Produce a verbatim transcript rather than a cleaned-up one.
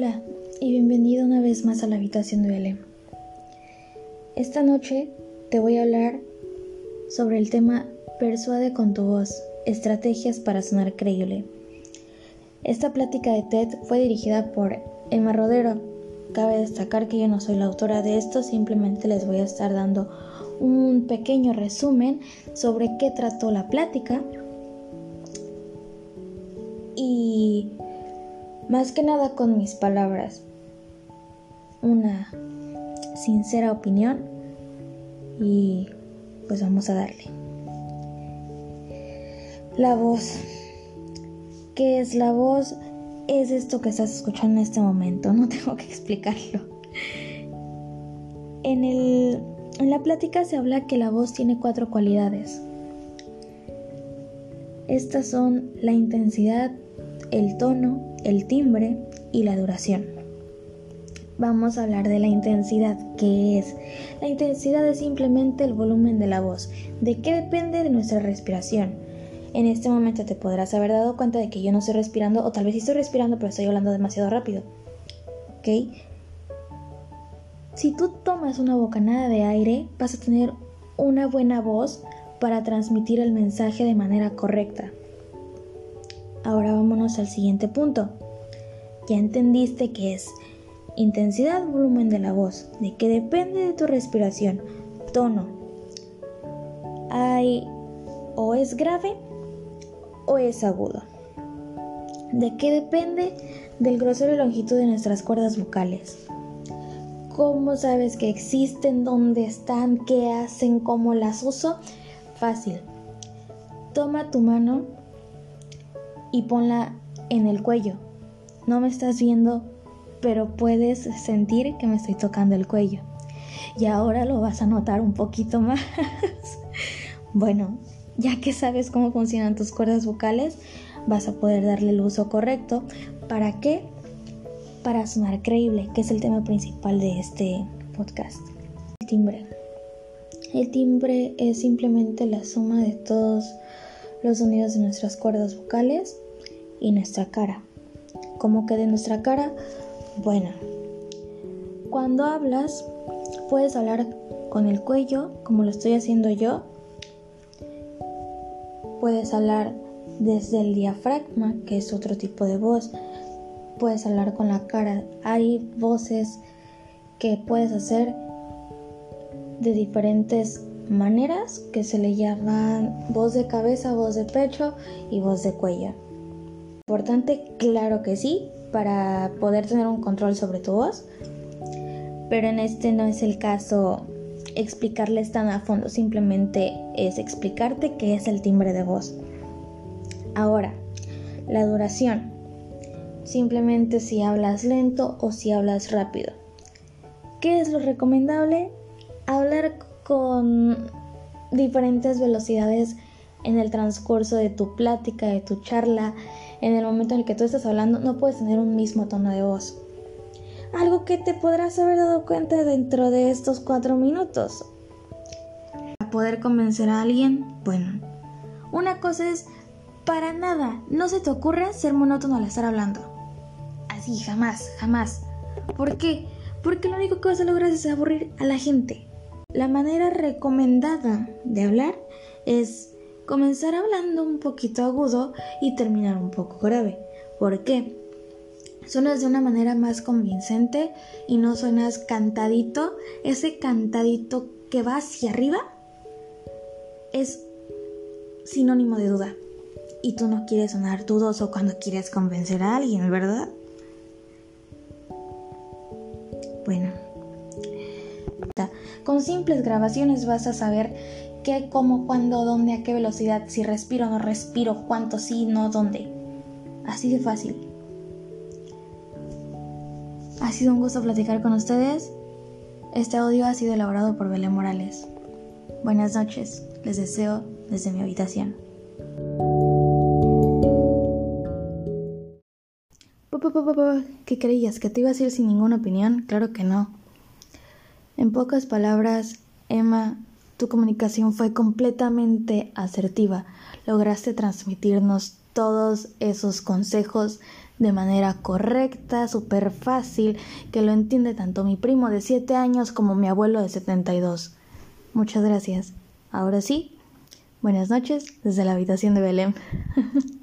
Hola y bienvenido una vez más a la habitación de Belén. Esta noche te voy a hablar sobre el tema Persuade con tu voz, estrategias para sonar creíble. Esta plática de TED fue dirigida por Emma Rodero. Cabe destacar que yo no soy la autora de esto, simplemente les voy a estar dando un pequeño resumen sobre qué trató la plática y más que nada con mis palabras, una sincera opinión y pues vamos a darle. La voz. ¿Qué es la voz? Es esto que estás escuchando en este momento, no tengo que explicarlo. En, el, en la plática se habla que la voz tiene cuatro cualidades. Estas son la intensidad, el tono, el timbre y la duración. Vamos a hablar de la intensidad. ¿Qué es? La intensidad es simplemente el volumen de la voz. ¿De qué depende? De nuestra respiración. En este momento te podrás haber dado cuenta de que yo no estoy respirando, o tal vez sí estoy respirando, pero estoy hablando demasiado rápido. ¿Ok? Si tú tomas una bocanada de aire, vas a tener una buena voz para transmitir el mensaje de manera correcta. Ahora vámonos al siguiente punto. Ya entendiste qué es intensidad, volumen de la voz, de qué depende de tu respiración, tono. Hay o es grave o es agudo. ¿De qué depende? Del grosor y longitud de nuestras cuerdas vocales. ¿Cómo sabes que existen? ¿Dónde están? ¿Qué hacen? ¿Cómo las uso? Fácil. Toma tu mano y ponla en el cuello. No me estás viendo, pero puedes sentir que me estoy tocando el cuello. Y ahora lo vas a notar un poquito más. Bueno, ya que sabes cómo funcionan tus cuerdas vocales, vas a poder darle el uso correcto. ¿Para qué? Para sonar creíble, que es el tema principal de este podcast. El timbre. El timbre es simplemente la suma de todos los sonidos de nuestras cuerdas vocales y nuestra cara. ¿Cómo que de nuestra cara? Bueno, cuando hablas, puedes hablar con el cuello, como lo estoy haciendo yo. Puedes hablar desde el diafragma, que es otro tipo de voz. Puedes hablar con la cara. Hay voces que puedes hacer de diferentes maneras, que se le llaman voz de cabeza, voz de pecho y voz de cuello. Importante, claro que sí, para poder tener un control sobre tu voz, pero en este no es el caso explicarles tan a fondo, simplemente es explicarte qué es el timbre de voz. Ahora, la duración, simplemente si hablas lento o si hablas rápido. ¿Qué es lo recomendable? Hablar con diferentes velocidades en el transcurso de tu plática, de tu charla. En el momento en el que tú estás hablando, no puedes tener un mismo tono de voz. Algo que te podrás haber dado cuenta dentro de estos cuatro minutos. Para poder convencer a alguien, bueno, una cosa es, para nada, no se te ocurra ser monótono al estar hablando. Así, jamás, jamás. ¿Por qué? Porque lo único que vas a lograr es aburrir a la gente. La manera recomendada de hablar es comenzar hablando un poquito agudo y terminar un poco grave. ¿Por qué? Suenas de una manera más convincente y no suenas cantadito. Ese cantadito que va hacia arriba es sinónimo de duda. Y tú no quieres sonar dudoso cuando quieres convencer a alguien, ¿verdad? Bueno, con simples grabaciones vas a saber qué, cómo, cuándo, dónde, a qué velocidad, si respiro o no respiro, cuánto sí, no, dónde. Así de fácil. Ha sido un gusto platicar con ustedes. Este audio ha sido elaborado por Belén Morales. Buenas noches, les deseo desde mi habitación. ¿Qué creías? ¿Que te ibas a ir sin ninguna opinión? Claro que no. En pocas palabras, Emma, tu comunicación fue completamente asertiva. Lograste transmitirnos todos esos consejos de manera correcta, súper fácil, que lo entiende tanto mi primo de siete años como mi abuelo de setenta y dos. Muchas gracias. Ahora sí, buenas noches desde la habitación de Belén.